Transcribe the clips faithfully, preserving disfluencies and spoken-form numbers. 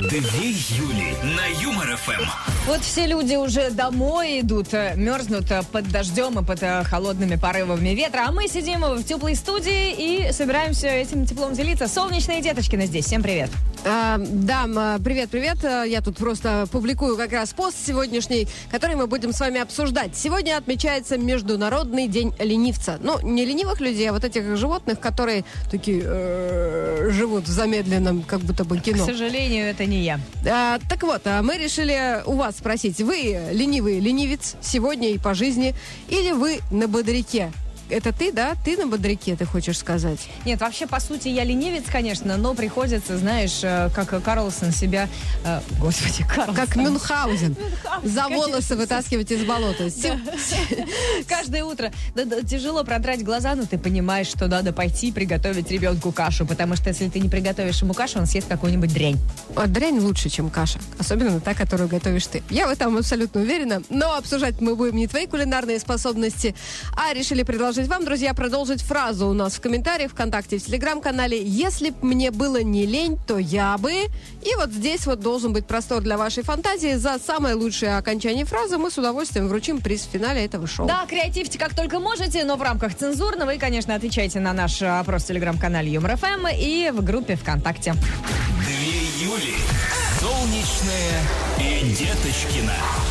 Две Юли на Юмор-ФМ. Вот все люди уже домой идут, мерзнут под дождем и под холодными порывами ветра, а мы сидим в теплой студии и собираемся этим теплом делиться. Солнечные Деточкины здесь. Всем привет. А, да, привет-привет. Я тут просто публикую как раз пост сегодняшний, который мы будем с вами обсуждать. Сегодня отмечается Международный день ленивца. Ну, не ленивых людей, а вот этих животных, которые такие э, живут в замедленном как будто бы кино. К сожалению, это не я. А, так вот, мы решили у вас спросить, вы ленивый ленивец сегодня и по жизни, или вы на бодряке? Это ты, да? Ты на бодряке, ты хочешь сказать? Нет, вообще, по сути, я ленивец, конечно, но приходится, знаешь, как Карлсон себя... Э, господи, Карлсон. Как Мюнхгаузен. За волосы вытаскивать из болота. Каждое утро тяжело продрать глаза, но ты понимаешь, что надо пойти приготовить ребенку кашу, потому что если ты не приготовишь ему кашу, он съест какую-нибудь дрянь. А дрянь лучше, чем каша. Особенно та, которую готовишь ты. Я в этом абсолютно уверена. Но обсуждать мы будем не твои кулинарные способности, а решили предложить вам, друзья, продолжить фразу у нас в комментариях, ВКонтакте, в Телеграм-канале. Если б мне было не лень, то я бы... И вот здесь вот должен быть простор для вашей фантазии. За самое лучшее окончание фразы мы с удовольствием вручим приз в финале этого шоу. Да, креативьте как только можете, но в рамках цензурного. И, конечно, отвечайте на наш опрос в Телеграм-канале Юмор-ФМ и в группе ВКонтакте. Две Юли. Солнечная и Деточкина.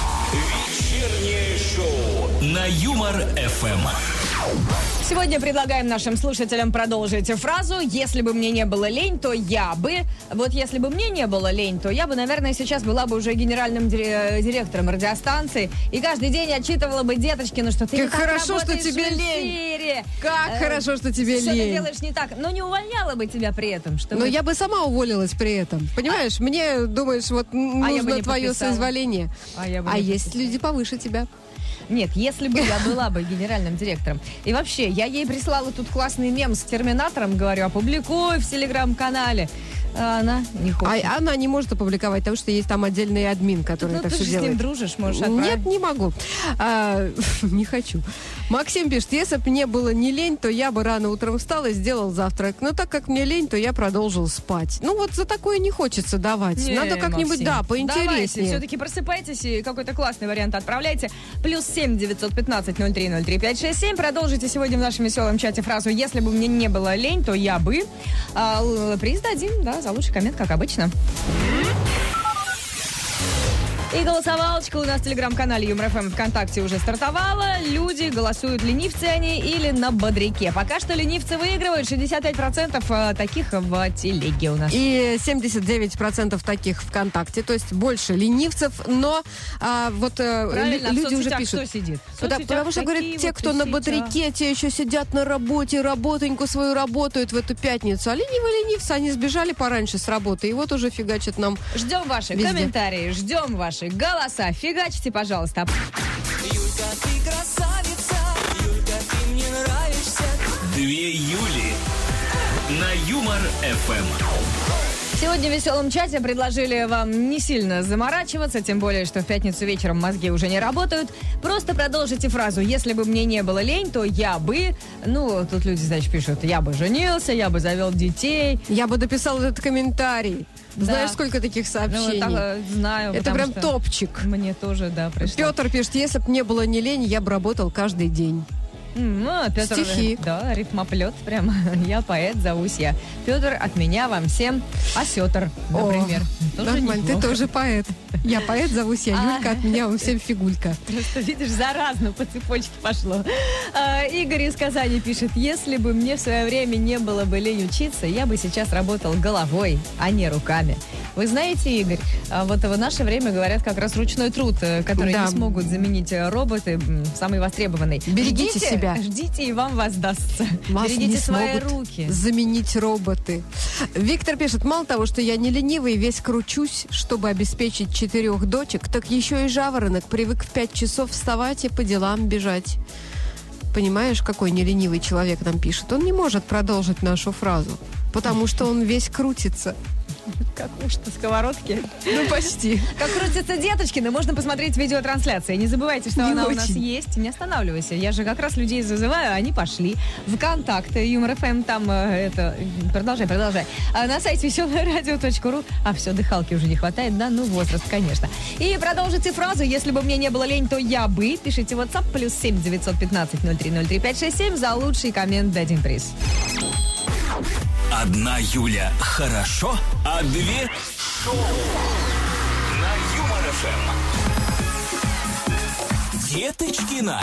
Вечернее шоу на Юмор-ФМ. Сегодня предлагаем нашим слушателям продолжить фразу «Если бы мне не было лень, то я бы...» Вот если бы мне не было лень, то я бы, наверное, сейчас была бы уже генеральным директором радиостанции и каждый день отчитывала бы Деточкину, что ты как не так хорошо, что тебе лень. Как э, хорошо, что тебе что лень. Что ты делаешь не так. Но не увольняла бы тебя при этом. Чтобы... Но я бы сама уволилась при этом. Понимаешь, а... мне, думаешь, вот а нужно твое подписала. Соизволение. А, я бы а есть подписала. Люди повыше тебя. Нет, если бы я была бы генеральным директором. И вообще, я ей прислала тут классный мем с Терминатором, говорю, опубликуй в Телеграм-канале. А она не хочет. А она не может опубликовать, потому что есть там отдельный админ, который ну, это все делает. Ты же с ним дружишь, можешь отправить. Нет, не могу. А, не хочу. Максим пишет, если бы мне было не лень, то я бы рано утром встал и сделал завтрак. Но так как мне лень, то я продолжил спать. Ну вот за такое не хочется давать. Не, Надо как-нибудь, Максим, да, поинтереснее. Давайте, все-таки просыпайтесь и какой-то классный вариант отправляйте. Плюс семь девятьсот пятнадцать ноль три ноль три пять шесть семь. Продолжите сегодня в нашем веселом чате фразу «Если бы мне не было лень, то я бы...» а, Приз дадим, да, за лучший коммент, как обычно. И голосовалочка у нас в Телеграм-канале Юмор-ФМ ВКонтакте уже стартовала. Люди голосуют, ленивцы они или на бодряке. Пока что ленивцы выигрывают. шестьдесят пять процентов таких в телеге у нас. И семьдесят девять процентов таких ВКонтакте. То есть больше ленивцев, но а, вот правильно, люди а в уже пишут. Кто сидит? Потому, потому что, говорят, те, вот кто на бодряке, те еще сидят на работе, работоньку свою работают в эту пятницу. А ленивые ленивцы, они сбежали пораньше с работы. И вот уже фигачат нам. Ждем ваши везде. комментарии, ждем ваши голоса. Фигачьте, пожалуйста. Юлька, ты красавица, Юлька, ты мне нравишься. Две Юли на Юмор-ФМ. Сегодня в веселом чате предложили вам не сильно заморачиваться, тем более, что в пятницу вечером мозги уже не работают. Просто продолжите фразу «Если бы мне не было лень, то я бы...» Ну, тут люди, значит, пишут «Я бы женился, я бы завел детей». Я бы дописал этот комментарий. Да. Знаешь, сколько таких сообщений? Ну, так, знаю. Это прям топчик. Мне тоже, да, пришло. Петр пишет, если бы мне было не лень, я бы работал каждый день. Ну, Петр, стихи. Да, рифмоплет прям. Я поэт, зовусь я. Петр, от меня вам всем осетр, например. О, тоже нормально, неплохо. Ты тоже поэт. Я поэт, зовусь я Юлька, от меня вам всем фигулька. Просто, видишь, заразно по цепочке пошло. А, Игорь из Казани пишет, если бы мне в свое время не было бы лень учиться, я бы сейчас работал головой, а не руками. Вы знаете, Игорь, вот в наше время говорят как раз ручной труд, который да. не смогут заменить роботы, самый востребованный. Берегите ждите, себя. Ждите, и вам воздастся. Вас Берегите не свои руки. Заменить роботы. Виктор пишет, мало того, что я не ленивый, весь кручусь, чтобы обеспечить четырех дочек, так еще и жаворонок привык в пять часов вставать и по делам бежать. Понимаешь, какой неленивый человек нам пишет? Он не может продолжить нашу фразу, потому что он весь крутится. Как уж-то сковородки. Ну, почти. Как крутятся Деточкины, можно посмотреть видеотрансляции. Не забывайте, что Не она очень. у нас есть. Не останавливайся. Я же как раз людей зазываю, а они пошли. ВКонтакте, Юмор ФМ, там э, это... Продолжай, продолжай. А на сайте веселое радио точка ру. А все, дыхалки уже не хватает, да? Ну, возраст, конечно. И продолжите фразу «Если бы мне не было лень, то я бы». Пишите WhatsApp плюс семь девятьсот пятнадцать ноль три ноль три пять шесть семь. За лучший коммент дадим приз. Одна Юля хорошо, а две шоу на Юмор ФМ. Деточкина.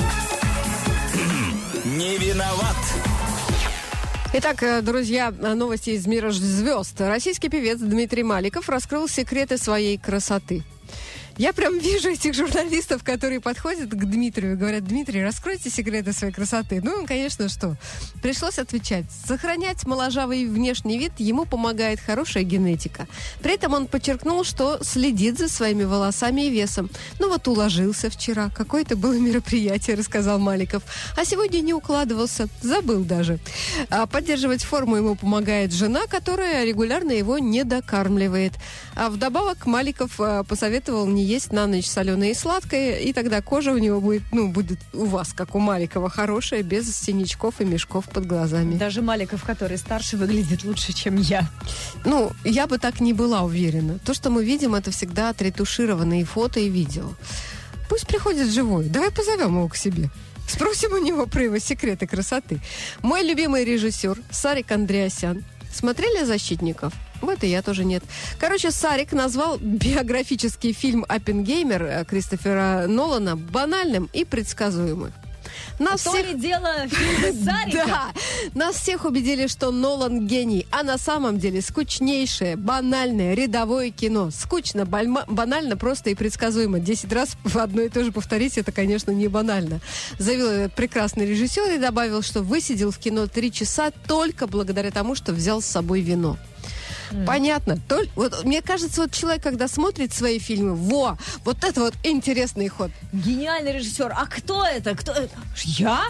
Не виноват. Итак, э, друзья, новости из мира звезд. Российский певец Дмитрий Маликов раскрыл секреты своей красоты. Я прям вижу этих журналистов, которые подходят к Дмитрию и говорят: Дмитрий, раскройте секреты своей красоты. Ну, конечно, что? Пришлось отвечать. Сохранять моложавый внешний вид ему помогает хорошая генетика. При этом он подчеркнул, что следит за своими волосами и весом. Ну вот уложился вчера, какое-то было мероприятие, рассказал Маликов. А сегодня не укладывался, забыл даже. А поддерживать форму ему помогает жена, которая регулярно его не докармливает. А вдобавок Маликов а, посоветовал не есть на ночь соленое и сладкое, и тогда кожа у него будет, ну, будет у вас, как у Маликова, хорошая, без синячков и мешков под глазами. Даже Маликов, который старше, выглядит лучше, чем я. Ну, я бы так не была уверена. То, что мы видим, это всегда отретушированные фото и видео. Пусть приходит живой. Давай позовем его к себе. Спросим у него про его секреты красоты. Мой любимый режиссер Сарик Андреасян. Смотрели «Защитников»? Вот и я тоже нет. Короче, Сарик назвал биографический фильм «Оппенгеймер» Кристофера Нолана банальным и предсказуемым. Нас То всех... ли дело фильма Сарика. Да, нас всех убедили, что Нолан гений, а на самом деле скучнейшее, банальное, рядовое кино. Скучно, бальма... банально, просто и предсказуемо. Десять раз в одно и то же повторить, это, конечно, не банально. Заявил этот прекрасный режиссер и добавил, что высидел в кино три часа только благодаря тому, что взял с собой вино. Mm. Понятно. Толь, вот, мне кажется, вот человек, когда смотрит свои фильмы, во, вот это вот интересный ход. Гениальный режиссер. А кто это? Кто это? Я?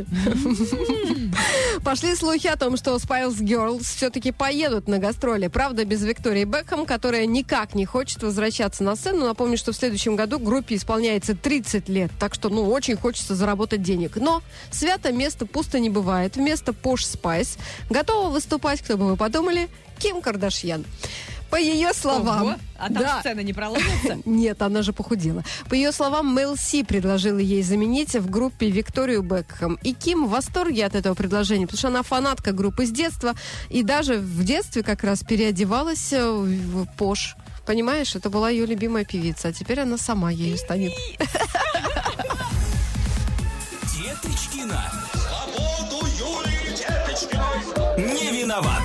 Пошли слухи о том, что Spice Girls все-таки поедут на гастроли. Правда, без Виктории Бекхэм, которая никак не хочет возвращаться на сцену. Напомню, что в следующем году группе исполняется тридцать лет. Так что, ну, очень хочется заработать денег. Но свято место пусто не бывает. Вместо Posh Spice готова выступать, кто бы вы подумали, Ким Кардашьян. По ее словам... Ого, а там да. сцена не проложится? Нет, она же похудела. По ее словам, Мэл Си предложила ей заменить в группе Викторию Бекхэм. И Ким в восторге от этого предложения, потому что она фанатка группы с детства. И даже в детстве как раз переодевалась в Пош. Понимаешь, это была ее любимая певица. А теперь она сама ею станет. Деточкина. Свободу Юлии Деточкиной. Не виноват.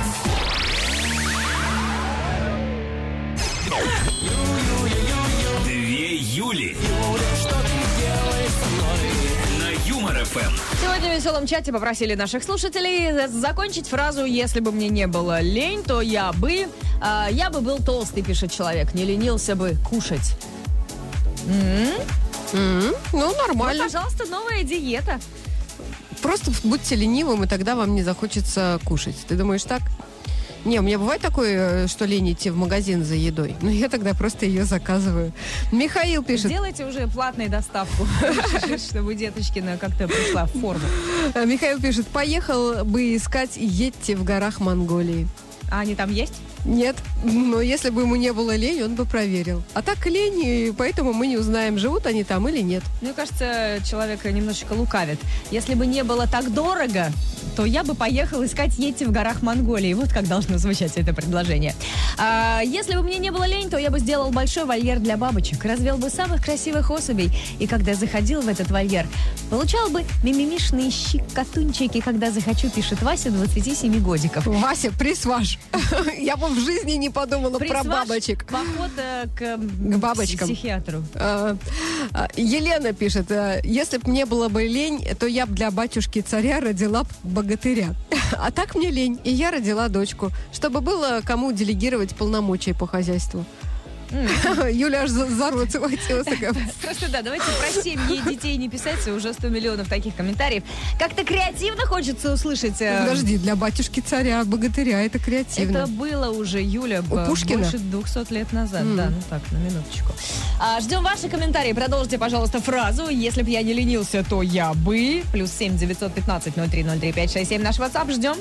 Две Юли. На Юмор ФМ. Сегодня в веселом чате попросили наших слушателей закончить фразу «Если бы мне не было лень, то я бы...» а, «Я бы был толстый», пишет человек, «не ленился бы кушать». М-м-м. Mm-hmm. Ну, Ну, нормально. пожалуйста, новая диета. Просто будьте ленивым, и тогда вам не захочется кушать. Ты думаешь так? Не, у меня бывает такое, что лень идти в магазин за едой. Но я тогда просто ее заказываю. Михаил пишет... Сделайте уже платную доставку, чтобы Деточкина как-то пришла в форму. Михаил пишет, поехал бы искать йети в горах Монголии. А они там есть? Нет, но если бы ему не было лень, он бы проверил. А так лень, и поэтому мы не узнаем, живут они там или нет. Мне кажется, человек немножечко лукавит. Если бы не было так дорого, то я бы поехал искать йети в горах Монголии. Вот как должно звучать это предложение. А, если бы мне не было лень, то я бы сделал большой вольер для бабочек, развел бы самых красивых особей. И когда заходил в этот вольер, получал бы мимимишные щекотунчики, когда захочу, пишет Вася, двадцати семи годиков. Вася, приз ваш. Я бы в жизни не подумала Приз про ваш, бабочек. Поход э, к, К бабочкам. психиатру. А, а, Елена пишет, а, если бы мне было бы лень, то я бы для батюшки царя родила б богатыря. А так мне лень, и я родила дочку, чтобы было кому делегировать полномочия по хозяйству. Юля аж за, за рот схватилась. такая. Просто да, давайте про семьи и детей не писать, уже сто миллионов таких комментариев. Как-то креативно хочется услышать. э, Подожди, для батюшки царя, богатыря это креативно. Это было уже, Юля, У б- Пушкина? больше двухсот лет назад. М. Да, ну так, на минуточку. А, ждем ваши комментарии. Продолжите, пожалуйста, фразу. Если бы я не ленился, то я бы. Плюс семь девятьсот пятнадцать ноль три ноль три пять шесть семь. Наш WhatsApp. Ждем.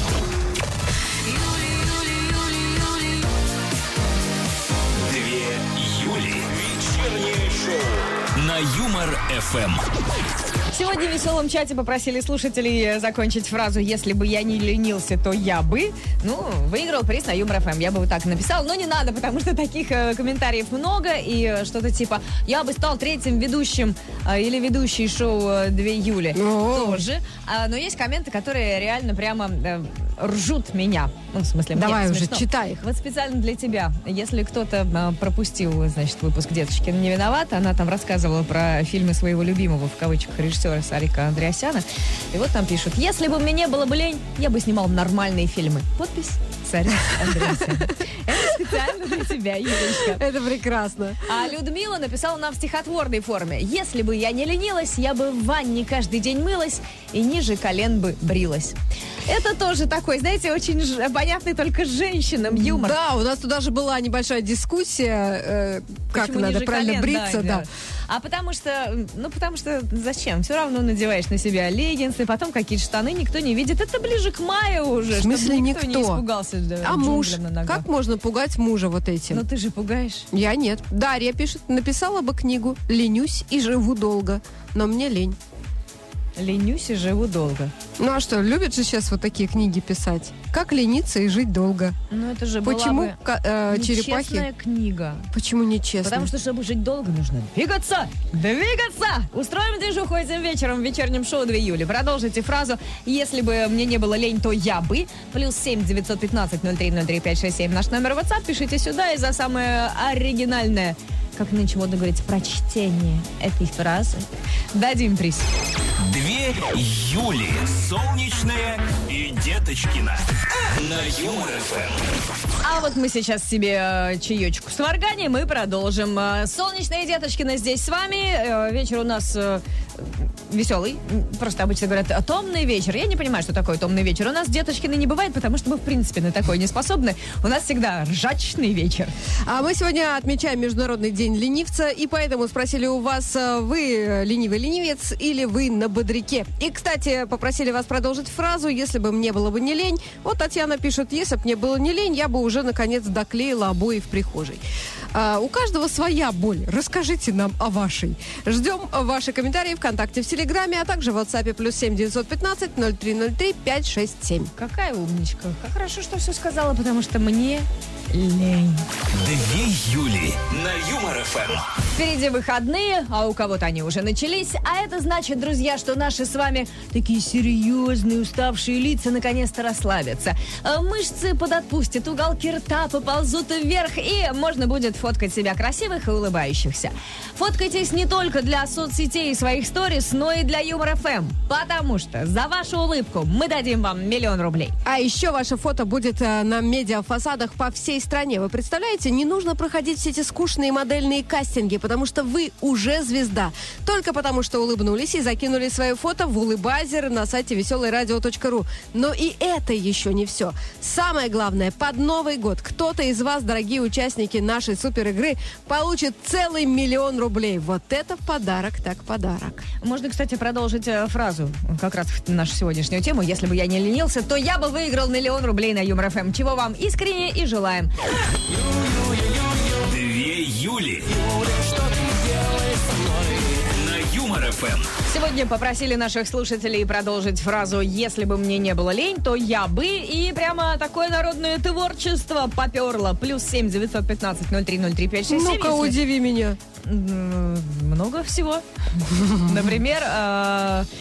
Две Юли. Вечернее шоу на Юмор эф эм. Сегодня в веселом чате попросили слушателей закончить фразу «Если бы я не ленился, то я бы». Ну, выиграл приз на Юмор эф эм. Я бы вот так написал, но не надо, потому что таких э, комментариев много. И э, что-то типа «Я бы стал третьим ведущим» э, или ведущей шоу э, «Две Юли». О. Тоже. А, но есть комменты, которые реально прямо э, ржут меня. Ну, в смысле, мне Давай уже, смешно. читай их. Вот специально для тебя. Если кто-то э, пропустил, значит, выпуск «Деточкин не виноват», она там рассказывала про фильмы своего любимого, в кавычках, режиссера Сарика Андреасяна. И вот там пишут: «Если бы мне не было бы лень, я бы снимал нормальные фильмы». Подпись Сарик Андреасян. Это специально для тебя, Юлечка. Это прекрасно. А Людмила написала нам в стихотворной форме: «Если бы я не ленилась, я бы в ванне каждый день мылась и ниже колен бы брилась». Это тоже такой, знаете, очень ж- понятный только женщинам юмор. Да, у нас тут даже была небольшая дискуссия, э, как Почему надо ниже правильно колен, бриться, да. А потому что, ну потому что зачем? Все равно надеваешь на себя леггинсы, потом какие-то штаны, никто не видит. Это ближе к маю уже. В смысле чтобы никто? никто? не испугался. Да, А муж? джунглям на ногах. Как можно пугать мужа вот этим? Ну ты же пугаешь. Я нет. Дарья пишет, написала бы книгу «Ленюсь и живу долго», но мне лень. Ленюсь и живу долго. Ну а что, любят же сейчас вот такие книги писать? Как лениться и жить долго? Ну это же Почему была бы ка- э, нечестная черепахи? книга. Почему нечестно? Потому что, чтобы жить долго, нужно двигаться! Двигаться! Устроим движуху этим вечером в вечернем шоу «Две Юли». Продолжите фразу «Если бы мне не было лень, то я бы». Плюс семь девятьсот пятнадцать ноль три ноль три пять шесть семь. Наш номер WhatsApp. Пишите сюда, и за самое оригинальное, как нынче модно говорить, прочтение этой фразы дадим приз. Две Юли. Солнечная и Деточкина. На Юмор эф эм. А вот мы сейчас себе э, чаечку сварганим и продолжим. Э, Солнечная Деточкина здесь с вами. Э, вечер у нас э, веселый. Просто обычно говорят «а, томный вечер». Я не понимаю, что такое томный вечер. У нас Деточкины не бывает, потому что мы, в принципе, на такое не способны. У нас всегда ржачный вечер. А мы сегодня отмечаем Международный день ленивца, и поэтому спросили у вас, э, вы ленивый ленивец или вы на бодряке? И, кстати, попросили вас продолжить фразу «Если бы мне было бы не лень». Вот Татьяна пишет: «Если бы мне было не лень, я бы уже, наконец, доклеила обои в прихожей». А, у каждого своя боль. Расскажите нам о вашей. Ждем ваши комментарии ВКонтакте, в Телеграме, а также в WhatsApp плюс семь девятьсот пятнадцать ноль три ноль три пять шесть семь. Какая умничка. Как хорошо, что все сказала, потому что мне лень. Две Юли. На Юмор эф эм. Впереди выходные, а у кого-то они уже начались. А это значит, друзья, что наши с вами такие серьезные, уставшие лица наконец-то расслабятся. А мышцы подотпустят, уголки рта поползут вверх, и можно будет фоткать себя красивых и улыбающихся. Фоткайтесь не только для соцсетей и своих сторис, но и для Юмор эф эм. Потому что за вашу улыбку мы дадим вам миллион рублей. А еще ваше фото будет э, на медиафасадах по всей стране. Вы представляете, не нужно проходить все эти скучные модельные кастинги, потому что вы уже звезда. Только потому, что улыбнулись и закинули свое фото в улыбайзер на сайте веселое радио точка ру. Но и это еще не все. Самое главное, под Новый год кто-то из вас, дорогие участники нашей супер игры, получит целый миллион рублей. Вот это подарок, так подарок. Можно, кстати, продолжить э, фразу, как раз в нашу сегодняшнюю тему. Если бы я не ленился, то я бы выиграл миллион рублей на Юмор эф эм. Чего вам искренне и желаем. Две Юли. На Юмор эф эм. Сегодня попросили наших слушателей продолжить фразу «Если бы мне не было лень, то я бы». И прямо такое народное творчество поперло. Плюс семь девятьсот пятнадцать ноль три ноль три пять шесть семь. Ну-ка, удиви меня. Много всего. Например, э,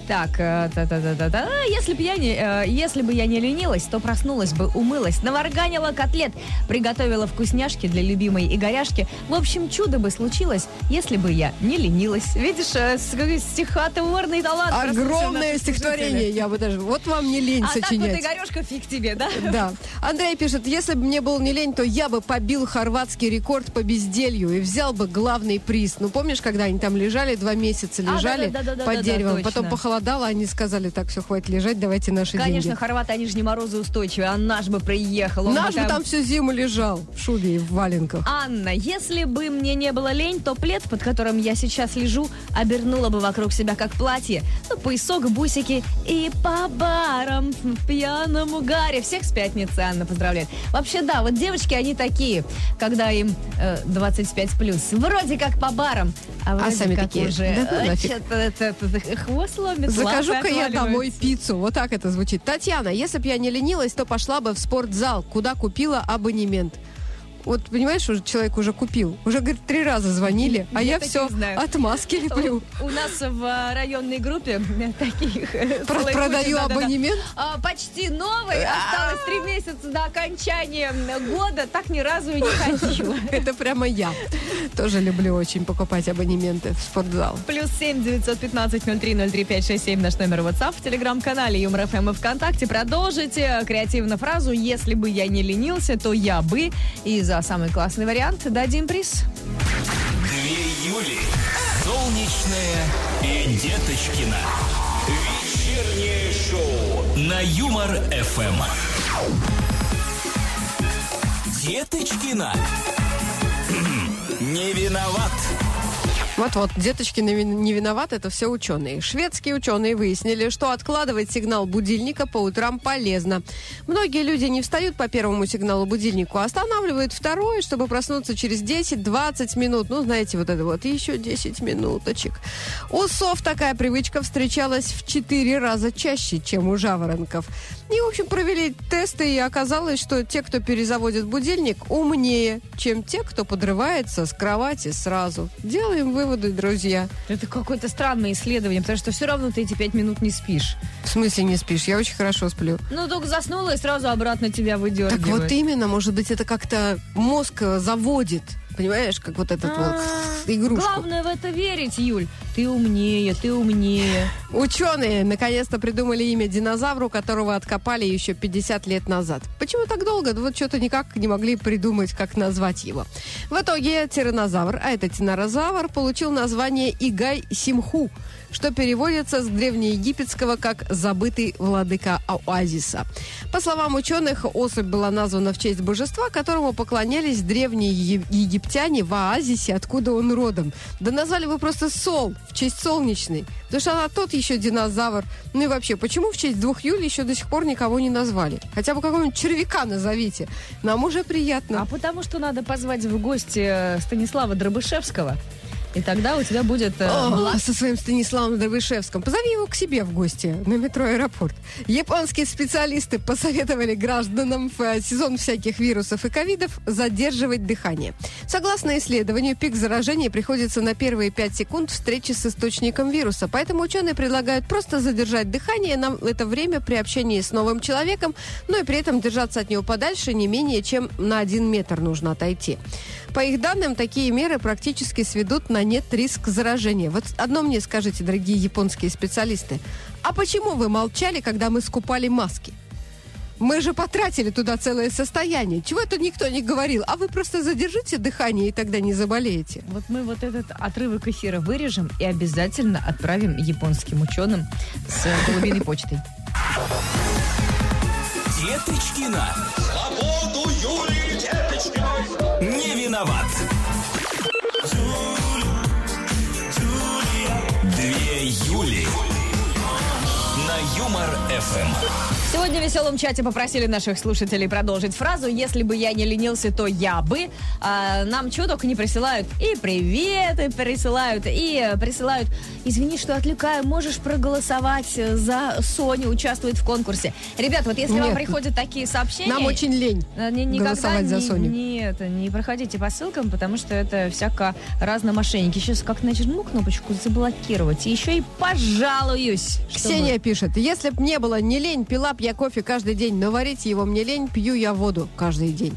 Так, э, та-та-та-та-та. Если бы я не, э, если бы я не ленилась, то проснулась бы, умылась, наварганила котлет, приготовила вкусняшки для любимой Игоряшки. В общем, чудо бы случилось, если бы я не ленилась. Видишь, э, с- стихотворный талант. Огромное стихотворение, я бы даже... Вот вам не лень А так вот, сочинять. Игорешка, фиг тебе, да? Да. Андрей пишет, если бы мне было не лень, то я бы побил хорватский рекорд по безделью и взял бы главный приз. Ну, помнишь, когда они там лежали, два месяца А, лежали да-да-да-да-да, под деревом, точно. потом похолодало, они сказали, так, все, хватит лежать, давайте наши Конечно, деньги. хорваты, они же не морозоустойчивые, а наш бы приехал. он Наш бы там- там всю зиму лежал в шубе и в валенках. Анна, если бы мне не было лень, то плед, под которым я сейчас лежу, обернула бы вокруг себя как платье. Ну, поясок, бусики и по барам в пьяном угаре. Всех с пятницы, Анна поздравляет. Вообще, да, вот девочки, они такие, когда им э, двадцать пять плюс. Вроде как по барам, а вроде сами как такие, уже да ну э, нафиг. чё-то это- это- хвост ломит, Закажу-ка лапы я домой отваливаются. пиццу. Вот так это звучит. Татьяна, если бы я не ленилась, то пошла бы в спортзал, куда купила абонемент. Вот, понимаешь, уже человек уже купил. Уже, говорит, три раза звонили, а Я я таких все знаю. отмазки леплю. У, у нас в э, районной группе э, таких... э, Про- целая продаю куча, да-да-да. абонемент? А, почти новый. Осталось три месяца до окончания года. Так ни разу и не ходила. Это прямо я. Тоже люблю очень покупать абонементы в спортзал. Плюс семь девятьсот пятнадцать ноль три ноль три пять шесть семь наш номер WhatsApp в телеграм-канале Юмор ФМ и ВКонтакте. Продолжите креативно фразу «Если бы я не ленился, то я бы». И за самый классный вариант дадим приз. Две Юли. Солнечная и Деточкина. Вечернее шоу на Юмор ФМ. Деточкина. Не виноват. Вот-вот, деточки не вин- не виноваты, это все ученые. Шведские ученые выяснили, что откладывать сигнал будильника по утрам полезно. Многие люди не встают по первому сигналу будильнику, а останавливают второй, чтобы проснуться через десять-двадцать минут. Ну, знаете, вот это вот, еще десять минуточек. У сов такая привычка встречалась в четыре раза чаще, чем у жаворонков. И, в общем, провели тесты, и оказалось, что те, кто перезаводит будильник, умнее, чем те, кто подрывается с кровати сразу. Делаем выводы, друзья. Это какое-то странное исследование, потому что все равно ты эти пять минут не спишь. В смысле не спишь? Я очень хорошо сплю. Ну, только заснула и сразу обратно тебя выдергивает. Так вот именно, может быть, это как-то мозг э, заводит. Понимаешь, как вот этот вот А, игрушку. Главное в это верить, Юль. Ты умнее, ты умнее. Ученые наконец-то придумали имя динозавру, которого откопали еще пятьдесят лет назад. Почему так долго? Да вот что-то никак не могли придумать, как назвать его. В итоге тиранозавр, а это тиранозавр, получил название Игай-Симху, что переводится с древнеегипетского как «забытый владыка оазиса». По словам ученых, особь была названа в честь божества, которому поклонялись древние е- египтяне в оазисе, откуда он родом. Да назвали вы просто Сол, в честь солнечной. Потому что она тот еще динозавр. Ну и вообще, почему в честь двух Юль еще до сих пор никого не назвали? Хотя бы какого-нибудь червяка назовите. Нам уже приятно. А потому что надо позвать в гости э, Станислава Дробышевского. И тогда у тебя будет... э, О, мла- со своим Станиславом Дробышевским. Позови его к себе в гости на метро «Аэропорт». Японские специалисты посоветовали гражданам в э, сезон всяких вирусов и ковидов задерживать дыхание. Согласно исследованию, пик заражения приходится на первые пять секунд встречи с источником вируса. Поэтому ученые предлагают просто задержать дыхание на это время при общении с новым человеком, но и при этом держаться от него подальше не менее чем на один метр нужно отойти. По их данным, такие меры практически сведут на нет риск заражения. Вот одно мне скажите, дорогие японские специалисты, а почему вы молчали, когда мы скупали маски? Мы же потратили туда целое состояние. Чего это никто не говорил? А вы просто задержите дыхание, и тогда не заболеете. Вот мы вот этот отрывок эфира вырежем и обязательно отправим японским ученым с голубиной почтой. Деточкина. Свободу Юлии Деточкиной. Не виноват. Две Юли. На Юмор эф эм. Сегодня в веселом чате попросили наших слушателей продолжить фразу «Если бы я не ленился, то я бы». А, нам чего только не присылают. И приветы присылают, и присылают «Извини, что отвлекаю, можешь проголосовать за Соню, участвует в конкурсе». Ребят, вот если Нет, вам приходят такие сообщения... Нам очень лень э, ни- никогда голосовать за не- Соню. Нет, не проходите по ссылкам, потому что это всяко разно мошенники. Сейчас как нажму кнопочку «Заблокировать», и еще и пожалуюсь. чтобы- Ксения пишет, если б мне было не лень, пила б я кофе каждый день, но варить его мне лень, пью я воду каждый день.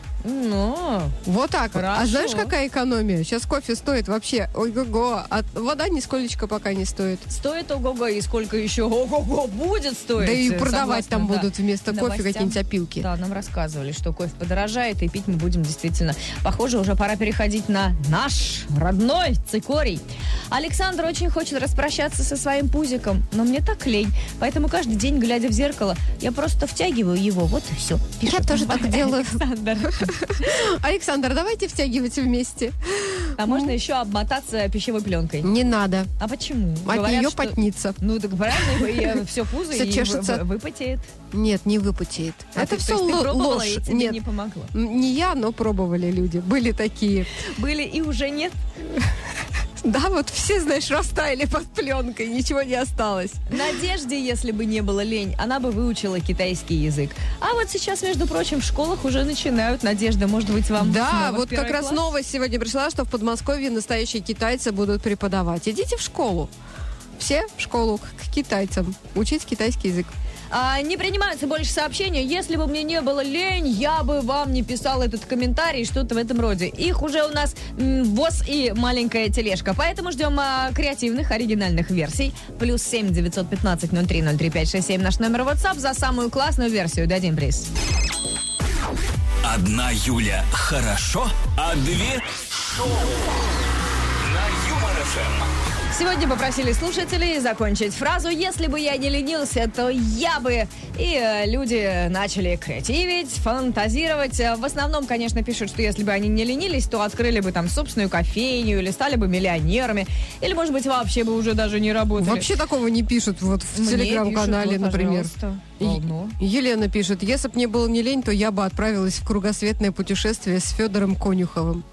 Ну, Вот так вот. А Хорошо. знаешь, какая экономия? Сейчас кофе стоит вообще ой-го-го, а вода нисколечко пока не стоит. стоит ого-го, и сколько еще ого-го будет стоить. Да и э, продавать согласно, там да, будут вместо кофе новостям. какие-нибудь опилки. Да, нам рассказывали, что кофе подорожает, и пить мы будем действительно. Похоже, уже пора переходить на наш родной цикорий. Александр очень хочет распрощаться со своим пузиком, но мне так лень. Поэтому каждый день, глядя в зеркало, я просто втягиваю его. Вот и все. Я тоже так делаю. Александр. Александр, давайте втягивать вместе. А можно еще обмотаться пищевой пленкой. Не надо. А почему? От Говорят, нее что- потнится. Ну, так правильно, все пузо Всё и чешется. вы- выпотеет. Нет, не выпотеет. А Это ты, все то есть ты пробовала, ложь. и тебе Нет, не помогло? М, не я, но пробовали люди. Были такие. Были и уже нет. Да, вот все, знаешь, растаяли под пленкой, ничего не осталось. Надежде, если бы не было лень, она бы выучила китайский язык. А вот сейчас, между прочим, в школах уже начинают. Надежда, может быть, вам Да, снова в вот как первый раз класс? новость сегодня пришла, что в Подмосковье настоящие китайцы будут преподавать. Идите в школу. Все в школу к к китайцам. Учить китайский язык. А, не принимаются больше сообщения. Если бы мне не было лень, я бы вам не писал этот комментарий, что-то в этом роде. Их уже у нас м, ВОЗ и маленькая тележка. Поэтому ждем а, креативных, оригинальных версий. Плюс семь девятьсот пятнадцать ноль три ноль три пять шесть семь наш номер WhatsApp. За самую классную версию дадим приз. Одна Юля хорошо, а две шоу на Юмор эф эм. Сегодня попросили слушателей закончить фразу «Если бы я не ленился, то я бы...» И э, люди начали креативить, фантазировать. Э, В основном, конечно, пишут, что если бы они не ленились, то открыли бы там собственную кофейню или стали бы миллионерами. Или, может быть, вообще бы уже даже не работали. Вообще такого не пишут вот в Мне телеграм-канале, пишут, вот, например. пожалуйста, И- полно. Елена пишет, если бы мне было не лень, то я бы отправилась в кругосветное путешествие с Федором Конюховым.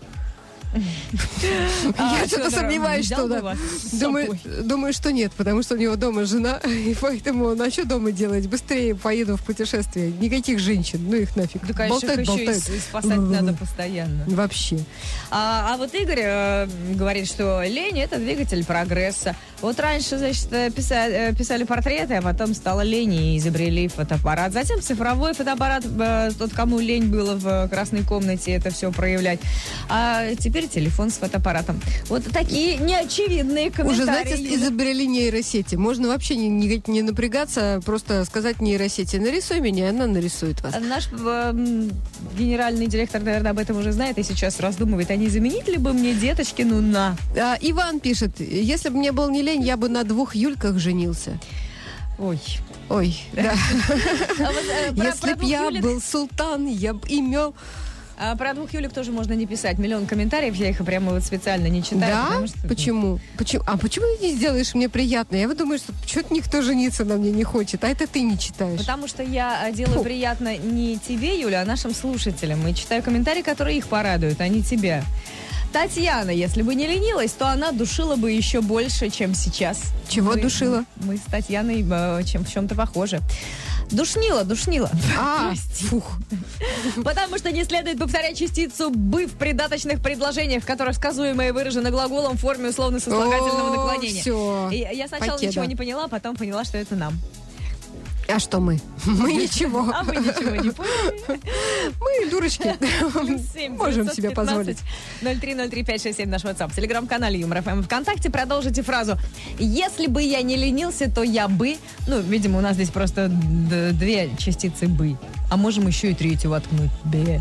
А, Я что-то Фёдор, сомневаюсь, взял что бы да. вас с Думаю, собой? думаю, что нет, потому что у него дома жена, и поэтому он, а что дома делать? Быстрее поеду в путешествие. Никаких женщин, ну их нафиг. Да, конечно, их болтают, еще и болтают. с- и спасать надо постоянно. Вообще. А, а вот Игорь э, говорит, что лень – это двигатель прогресса. Вот раньше, значит, э, писали, э, писали портреты, а потом стало лень и изобрели фотоаппарат. Затем цифровой фотоаппарат, э, тот, кому лень было в красной комнате это все проявлять. А теперь телефон с фотоаппаратом. Вот такие неочевидные комментарии. Уже, знаете, Юля. изобрели нейросети. Можно вообще не, не- не напрягаться, просто сказать нейросети, нарисуй меня, и она нарисует вас. А Наш э, м, генеральный директор, наверное, об этом уже знает и сейчас раздумывает, а не заменить ли бы мне Деточкину на... А, Иван пишет, если бы мне был не лень, я бы на двух Юльках женился. Ой. Ой, да. А вот, э, про- Если про б двух я Юлек- был султан, я бы имел... А про двух Юлек тоже можно не писать. Миллион комментариев, я их прямо вот специально не читаю. Да? потому что- Почему? Почему? А почему ты не сделаешь мне приятно? Я вот думаю, что что-то никто жениться на мне не хочет, а это ты не читаешь. Потому что я а, делаю Фу. приятно не тебе, Юля, а нашим слушателям. И читаю комментарии, которые их порадуют, а не тебя. Татьяна, если бы не ленилась, то она душила бы еще больше, чем сейчас. Чего Мы- душила? Мы с Татьяной э, чем, в чем-то похожи. Душнила, душнила. А, фух. Потому что не следует повторять частицу «бы» в придаточных предложениях, в которых сказуемое выражено глаголом в форме условно-сослагательного О, наклонения. всё. И я сначала Покеда. ничего не поняла, потом поняла, что это нам. А что мы? Мы ничего. А вы ничего не поняли? Мы дурочки. Плюс семь Можем девятьсот себе пятнадцать позволить. ноль три ноль три пять шесть семь наш WhatsApp. В телеграм-канале Юмор ФМ. ВКонтакте продолжите фразу «Если бы я не ленился, то я бы...» Ну, видимо, у нас здесь просто д- две частицы «бы». А можем еще и третью воткнуть. «Бе».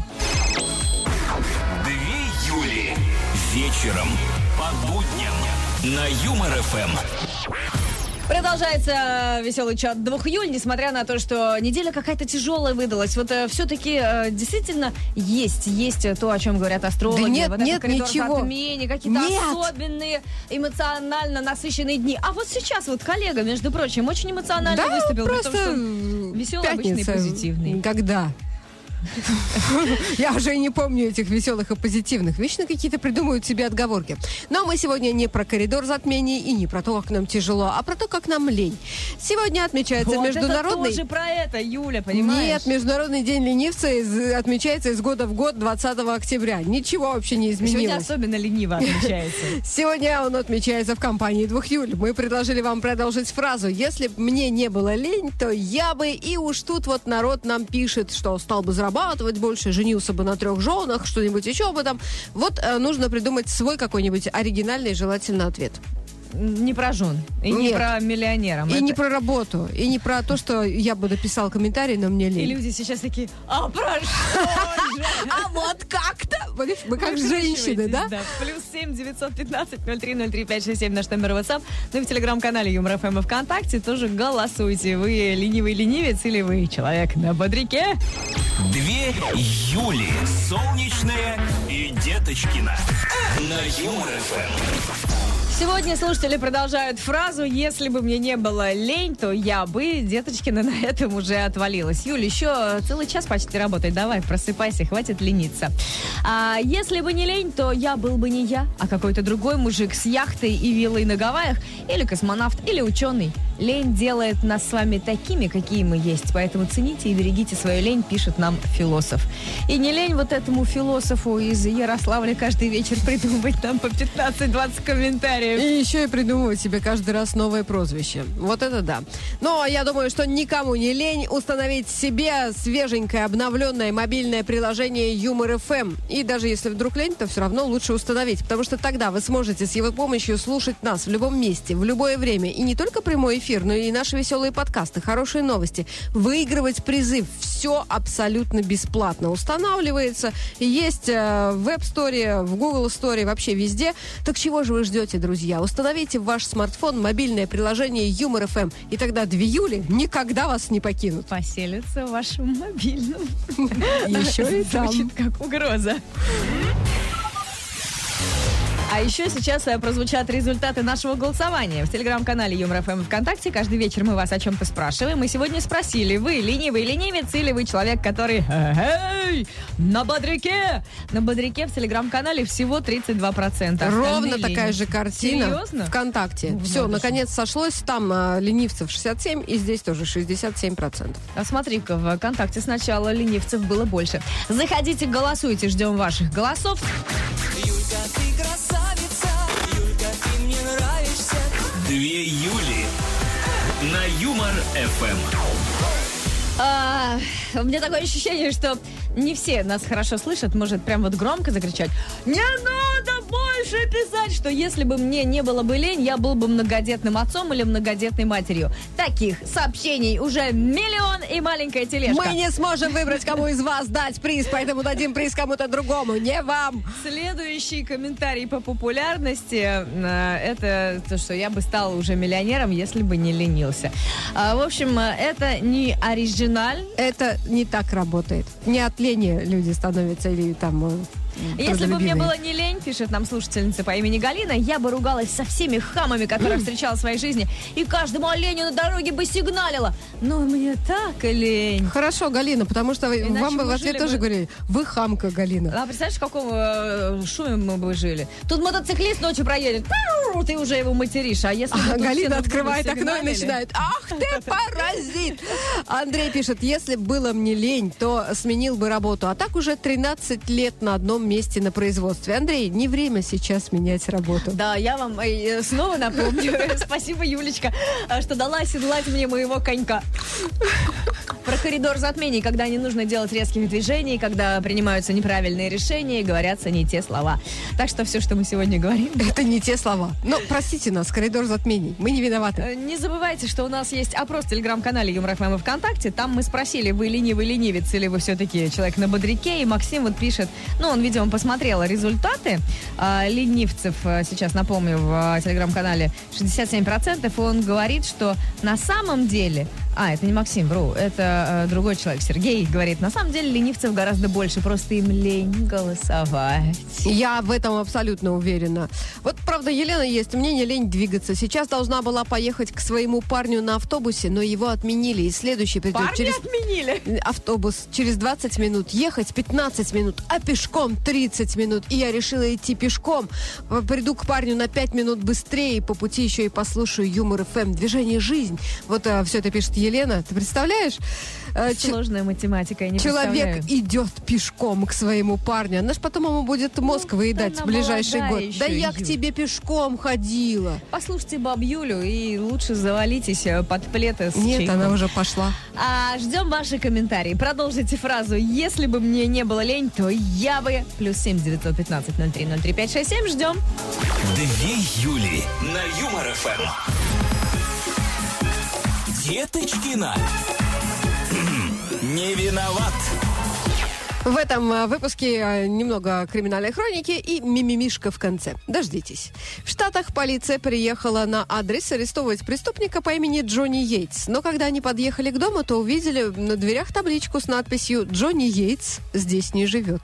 Две Юли. Вечером по будням на Юмор эф эм. Продолжается веселый чат двух июля, несмотря на то, что неделя какая-то тяжелая выдалась. Вот э, все-таки э, действительно есть, есть то, о чем говорят астрологи. Да нет, вот нет, этот коридор ничего. затмений, какие-то Нет. особенные, эмоционально насыщенные дни. А вот сейчас вот коллега, между прочим, очень эмоционально Да, выступил, при просто том, что веселый, обычный и пятница. позитивный. Когда? Я уже и не помню этих веселых и позитивных. Вечно какие-то придумывают себе отговорки. Но мы сегодня не про коридор затмений и не про то, как нам тяжело, а про то, как нам лень. Сегодня отмечается Вот международный... это тоже про это, Юля, понимаешь? Нет, Международный день ленивца из- отмечается из года в год двадцатого октября. Ничего вообще не Сегодня изменилось. особенно лениво отмечается. Сегодня он отмечается в компании двух июля. Мы предложили вам продолжить фразу: если б мне не было лень, то я бы... И уж тут вот народ нам пишет, что стал бы зарабатывать больше, женился бы на трех женах, что-нибудь еще бы там. Вот э, нужно придумать свой какой-нибудь оригинальный, желательно, ответ. Не про жен, и не Нет. про миллионера. И не про работу, и не про то, что я бы написал комментарий, но мне И лень. люди сейчас такие, а про что же? А вот как-то! Видишь, мы как Выкручивайтесь, женщины, да? Плюс семь девятьсот пятнадцать ноль три ноль три пять шесть семь наш номер WhatsApp. Ну и в телеграм-канале Юмор ФМ и ВКонтакте тоже голосуйте. Вы ленивый ленивец или вы человек на бодряке? Две Юли. Солнечная и Деточкина. На Юмор ФМ. Сегодня слушатели продолжают фразу: если бы мне не было лень, то я бы, Деточкина, на этом уже отвалилась. Юль, еще целый час почти работать. Давай, просыпайся, хватит лениться. А если бы не лень, то я был бы не я, а какой-то другой мужик с яхтой и виллой на Гавайях, или космонавт, или ученый. Лень делает нас с вами такими, какие мы есть, поэтому цените и берегите свою лень, пишет нам философ. И не лень вот этому философу из Ярославля каждый вечер придумывать нам по пятнадцать-двадцать комментариев. И еще и придумывать себе каждый раз новое прозвище. Вот это да. Но я думаю, что никому не лень установить себе свеженькое, обновленное мобильное приложение Юмор эф эм. И даже если вдруг лень, то все равно лучше установить, потому что тогда вы сможете с его помощью слушать нас в любом месте, в любое время. И не только прямой эфир, но и наши веселые подкасты, хорошие новости, выигрывать призы. Все абсолютно бесплатно устанавливается. Есть э, в App Store, в Google Store, вообще везде. Так чего же вы ждете, друзья? Установите в ваш смартфон мобильное приложение Юмор эф эм, и тогда две Юли никогда вас не покинут. Поселится в вашем мобильном. Еще и там. Звучит как угроза. А еще сейчас э, прозвучат результаты нашего голосования. В телеграм-канале Юмор эф эм ВКонтакте каждый вечер мы вас о чем-то спрашиваем. Мы сегодня спросили: вы ленивый ленивец или вы человек, который эй, на бодряке? На бодряке в телеграм-канале всего тридцать два процента. Ровно Остальные такая ленивцы. же картина Серьезно? ВКонтакте. Ну, Все, надо наконец сошлось. Там а, ленивцев шестьдесят семь, и здесь тоже шестьдесят семь процентов. А смотри-ка, в ВКонтакте сначала ленивцев было больше. Заходите, голосуйте, ждем ваших голосов. Юлька, ты красавица, Юлька, ты мне нравишься. Две Юли. На Юмор эф эм. А, у меня такое ощущение, что не все нас хорошо слышат. Может, прям вот громко закричать: не надо больше писать, что если бы мне не было бы лень, я был бы многодетным отцом или многодетной матерью. Таких сообщений уже миллион и маленькая тележка. Мы не сможем выбрать, кому из вас дать приз, поэтому дадим приз кому-то другому, не вам. Следующий комментарий по популярности э, это то, что я бы стал уже миллионером, если бы не ленился. А, в общем, э, это не оригиналь. Это не так работает. Не от лени люди становятся или там... э, Если бы мне трудолюбивые. было не лень, пишет нам слушательница по имени Галина, я бы ругалась со всеми хамами, которых встречала в своей жизни, и каждому оленю на дороге бы сигналила. Но мне так лень. Хорошо, Галина, потому что вы- Иначе вам бы в мы ответ жили тоже бы- говорили: вы хамка, Галина. А представляешь, в каком э, шуме мы бы жили? Тут мотоциклист ночью проедет, пау, ты уже его материшь. А если бы А тут все Галина друг другу открывает окно и сигналили? начинает: ах ты паразит! Андрей пишет: если б было мне лень, то сменил бы работу. А так уже тринадцать лет на одном месте на производстве. Андрей, не время сейчас менять работу. Да, я вам э, снова напомню. Спасибо, Юлечка, э, что дала оседлать мне моего конька. Про коридор затмений, когда не нужно делать резких движений, когда принимаются неправильные решения и говорятся не те слова. Так что все, что мы сегодня говорим... Это не те слова. Но простите нас, коридор затмений. Мы не виноваты. Не забывайте, что у нас есть опрос в телеграм-канале Юмор ФМ и ВКонтакте. Там мы спросили, вы ленивый ленивец или вы все-таки человек на бодряке. И Максим вот пишет, ну, он, видимо, посмотрел результаты э, ленивцев. Сейчас напомню, в э, телеграм-канале шестьдесят семь процентов. И он говорит, что на самом деле... А, это не Максим, вру, это э, другой человек. Сергей говорит, на самом деле ленивцев гораздо больше, просто им лень голосовать. Я в этом абсолютно уверена. Вот, правда, Елена есть, мне не лень двигаться. Сейчас должна была поехать к своему парню на автобусе, но его отменили. И следующий придет Парни через... отменили? Автобус через двадцать минут, ехать пятнадцать минут, а пешком тридцать минут. И я решила идти пешком. Приду к парню на пять минут быстрее, по пути еще и послушаю Юмор ФМ. Движение «Жизнь». Вот а, все это пишет Елена. Ты представляешь? Сложная математика, я не Человек идет пешком к своему парню. Она ж потом ему будет мозг ну, выедать в ближайший год. Да я к тебе пешком ходила. Послушайте баб Юлю и лучше завалитесь под плед с Нет, чайком. она уже пошла. А, ждем ваши комментарии. Продолжите фразу «Если бы мне не было лень, то я бы...» Плюс семь девятьсот пятнадцать ноль три ноль три пять шесть семь. Ждем. Две Юли на Юмор ФМ. Деточкина. Не виноват. В этом э, выпуске э, немного криминальной хроники и мимимишка в конце. Дождитесь. В Штатах полиция приехала на адрес арестовывать преступника по имени Джонни Йейтс. Но когда они подъехали к дому, то увидели на дверях табличку с надписью «Джонни Йейтс здесь не живет».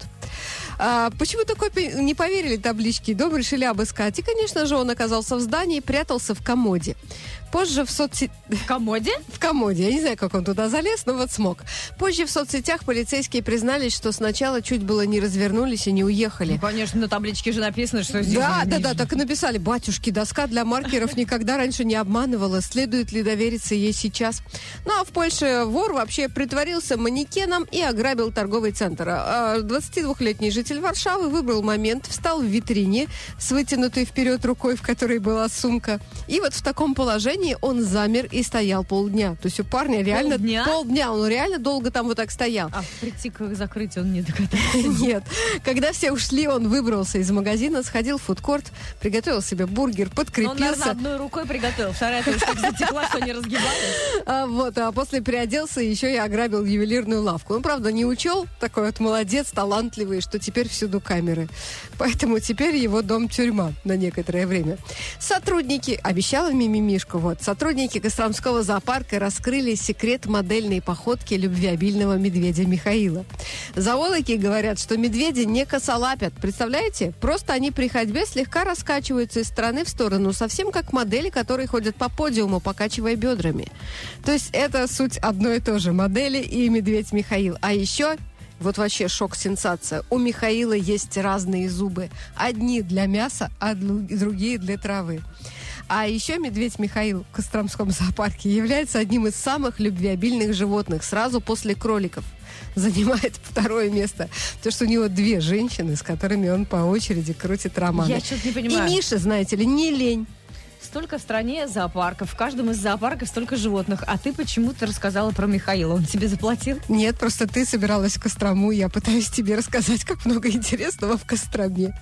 А, почему такой не поверили табличке? Дом решили обыскать. И, конечно же, он оказался в здании и прятался в комоде. Позже в соцсетях... В комоде? В комоде. Я не знаю, как он туда залез, но вот смог. Позже в соцсетях полицейские признались, что сначала чуть было не развернулись и не уехали. Ну, конечно, на табличке же написано, что здесь... Да, да, да, так и написали. Батюшки, доска для маркеров никогда раньше не обманывала. Следует ли довериться ей сейчас? Ну, а в Польше вор вообще притворился манекеном и ограбил торговый центр. А двадцатидвухлетний житель Варшавы выбрал момент, встал в витрине с вытянутой вперед рукой, в которой была сумка. И вот в таком положении он замер и стоял полдня. То есть у парня реально... Полдня? Полдня. Он реально долго там вот так стоял. А прийти к закрытию он не догадался? Нет. Когда все ушли, он выбрался из магазина, сходил в фудкорт, приготовил себе бургер, подкрепился. Он, наверное, одной рукой приготовил, вторая тоже так затекла, что не разгибалась. А, вот, а после переоделся и еще и ограбил ювелирную лавку. Он, правда, не учел, такой вот молодец, талантливый, что теперь всюду камеры. Поэтому теперь его дом-тюрьма на некоторое время. Сотрудники, обещала мимимишку, вот, сотрудники Костромского зоопарка раскрыли секрет модельной походки любвеобильного медведя Михаила. Зоологи говорят, что медведи не косолапят. Представляете? Просто они при ходьбе слегка раскачиваются из стороны в сторону, совсем как модели, которые ходят по подиуму, покачивая бедрами. То есть это суть одно и то же. Модели и медведь Михаил. А еще... Вот вообще шок-сенсация. У Михаила есть разные зубы. Одни для мяса, а другие для травы. А еще медведь Михаил в Костромском зоопарке является одним из самых любвеобильных животных, сразу после кроликов. Занимает второе место. Потому что у него две женщины, с которыми он по очереди крутит романы. Я что-то не понимаю. И Миша, знаете ли, не лень. Столько в стране зоопарков, в каждом из зоопарков столько животных, а ты почему-то рассказала про Михаила. Он тебе заплатил? Нет, просто ты собиралась в Кострому, я пытаюсь тебе рассказать, как много интересного в Костроме.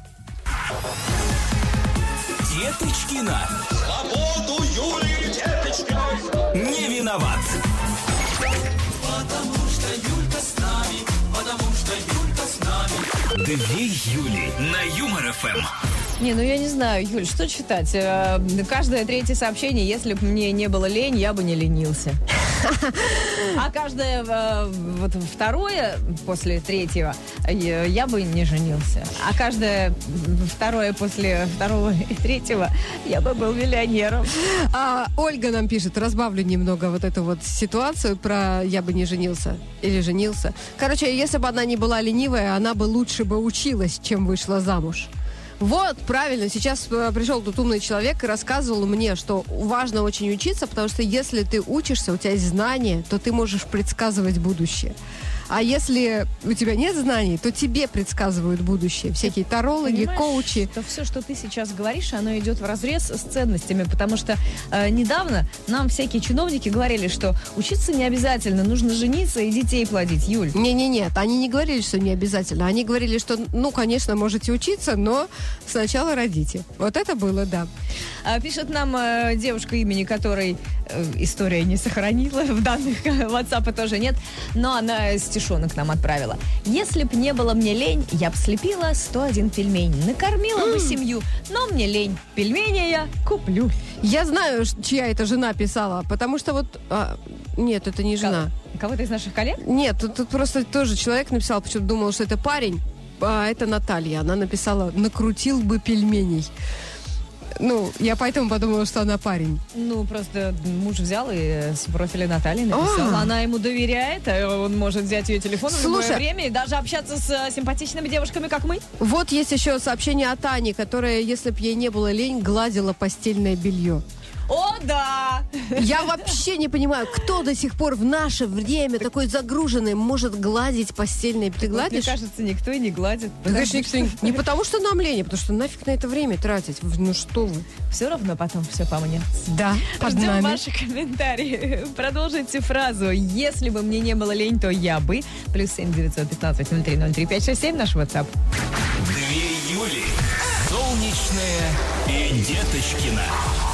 Деточкина. Свободу Юлии Деточкиной. Не виноват. Потому что Юлька с нами, потому что Юлька с нами. Две Юли на Юмор ФМ. Не, ну я не знаю, Юль, что читать? Э, каждое третье сообщение, если бы мне не было лень, я бы не ленился. А каждое э, вот второе после третьего э, я бы не женился. А каждое второе после второго и третьего я бы был миллионером. А Ольга нам пишет, разбавлю немного вот эту вот ситуацию про «я бы не женился» или «женился». Короче, если бы она не была ленивая, она бы лучше бы училась, чем вышла замуж. Вот, правильно. Сейчас пришел тут умный человек и рассказывал мне, что важно очень учиться, потому что если ты учишься, у тебя есть знания, то ты можешь предсказывать будущее. А если у тебя нет знаний, то тебе предсказывают будущее. Всякие тарологи, Понимаешь, коучи. что все, что ты сейчас говоришь, оно идет вразрез с ценностями, потому что э, недавно нам всякие чиновники говорили, что учиться не обязательно, нужно жениться и детей плодить, Юль. Не-не-нет, они не говорили, что не обязательно. Они говорили, что, ну, конечно, можете учиться, но сначала родите. Вот это было, да. А, пишет нам э, девушка, имени которой э, история не сохранила, в данных WhatsApp тоже нет, но она стишонок нам отправила. Если б не было мне лень, я б слепила сто один пельмень. Накормила бы семью, но мне лень. Пельмени я куплю. Я знаю, ш- чья это жена писала, потому что вот... а, нет, это не жена. Кого-то из наших коллег? Нет, тут, тут просто тоже человек написал, почему-то думал, что это парень, а это Наталья. Она написала «накрутил бы пельменей». Ну, я поэтому подумала, что она парень. Ну, просто муж взял и с профиля Натальи написал. А. Она ему доверяет, а он может взять ее телефон в любое Слушай. время и даже общаться с э, симпатичными девушками, как мы. Вот есть еще сообщение от Ани, которая, если б ей не было лень, гладила постельное белье. О, да! Я вообще не понимаю, кто до сих пор в наше время такой загруженный может гладить постельное. Ты Мне гладишь? кажется, никто и не гладит. Да, конечно, никто не... не потому, что нам лень, а потому что нафиг на это время тратить. Ну что вы? Все равно потом все помнет. Да, под Ждем нами. ваши комментарии. Продолжите фразу «Если бы мне не было лень, то я бы». Плюс семь девятьсот пятнадцать ноль три ноль три пять шесть семь наш WhatsApp. Две Юли. Солнечная и Деточкина.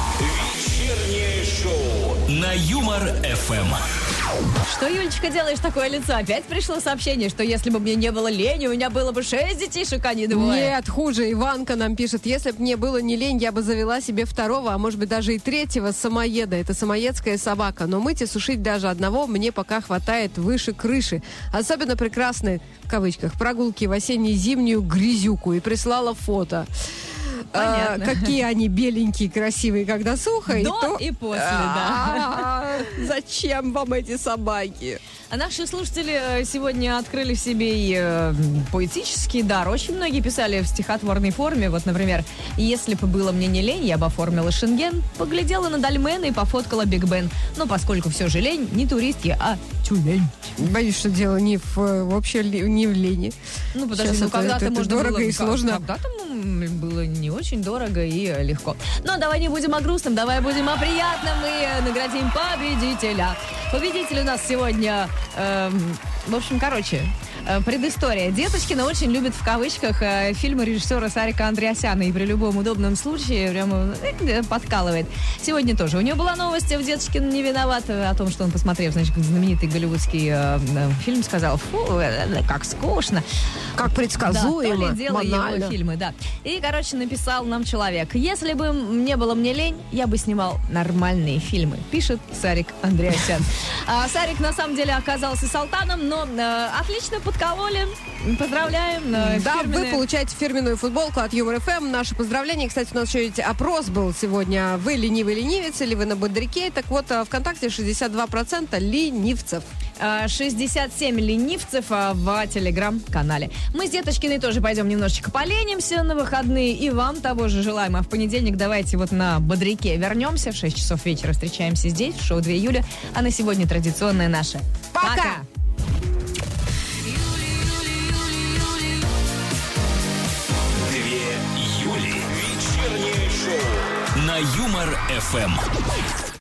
Вечернее шоу на Юмор-эф эм. Что, Юлечка, делаешь такое лицо? Опять пришло сообщение, что если бы мне не было лени, у меня было бы шесть детишек, а не двое. Нет, хуже. Иванка нам пишет, если бы мне было не лень, я бы завела себе второго, а может быть даже и третьего самоеда. Это самоедская собака. Но мыть и сушить даже одного мне пока хватает выше крыши. Особенно прекрасны, в кавычках, прогулки в осенне-зимнюю грязюку. И прислала фото. Понятно. А, какие они беленькие, красивые, когда сухо. До и, то... и после, да. А, Зачем вам эти собаки? А наши слушатели э, сегодня открыли в себе и э, поэтический дар. Очень многие писали в стихотворной форме. Вот, например, «Если бы было мне не лень, я бы оформила шенген, поглядела на Дальмена и пофоткала Биг Бен. Но поскольку все же лень, не турист я, а тюлень». Боюсь, что дело не в, э, вообще ли- не в лени. Ну, подожди, Сейчас ну это- когда-то это можно дорого было... и как- сложно. Когда-то м, было не очень дорого и э, легко. Но давай не будем о грустном, давай будем о приятном и э, наградим победителя. Победитель у нас сегодня... эм, в общем, короче... э, Предыстория. Деточкина очень любит в кавычках э, фильмы режиссера Сарика Андреасяна и при любом удобном случае прямо э, подкалывает. Сегодня тоже у него была новость, в Деточкин не виноват э, о том, что он, посмотрев, значит, знаменитый голливудский э, э, фильм, сказал, фу, э, как скучно. Как Да, то предсказуемо, ли дело его банально. фильмы, да. И, короче, написал нам человек. Если бы не было мне лень, я бы снимал нормальные фильмы. Пишет Сарик Андреасян. А, Сарик, на самом деле, оказался салтаном, но э, отлично подкололи. Поздравляем. э, Да, вы фирменные- получаете фирменную футболку от Юмор-эф эм. Наши поздравления. Кстати, у нас еще ведь опрос был сегодня. Вы ленивый ленивец или вы на бодряке? Так вот, а, ВКонтакте шестьдесят два процента ленивцев. А, шестьдесят семь ленивцев а, в телеграм-канале. Мы с Деточкиной тоже пойдем немножечко поленимся на выходные. И вам того же желаем. А в понедельник давайте вот на бодряке вернемся. В шесть часов вечера встречаемся здесь, в шоу две июля. А на сегодня традиционное наше. Пока! Две Юли. Вечернее шоу на Юмор-эф эм.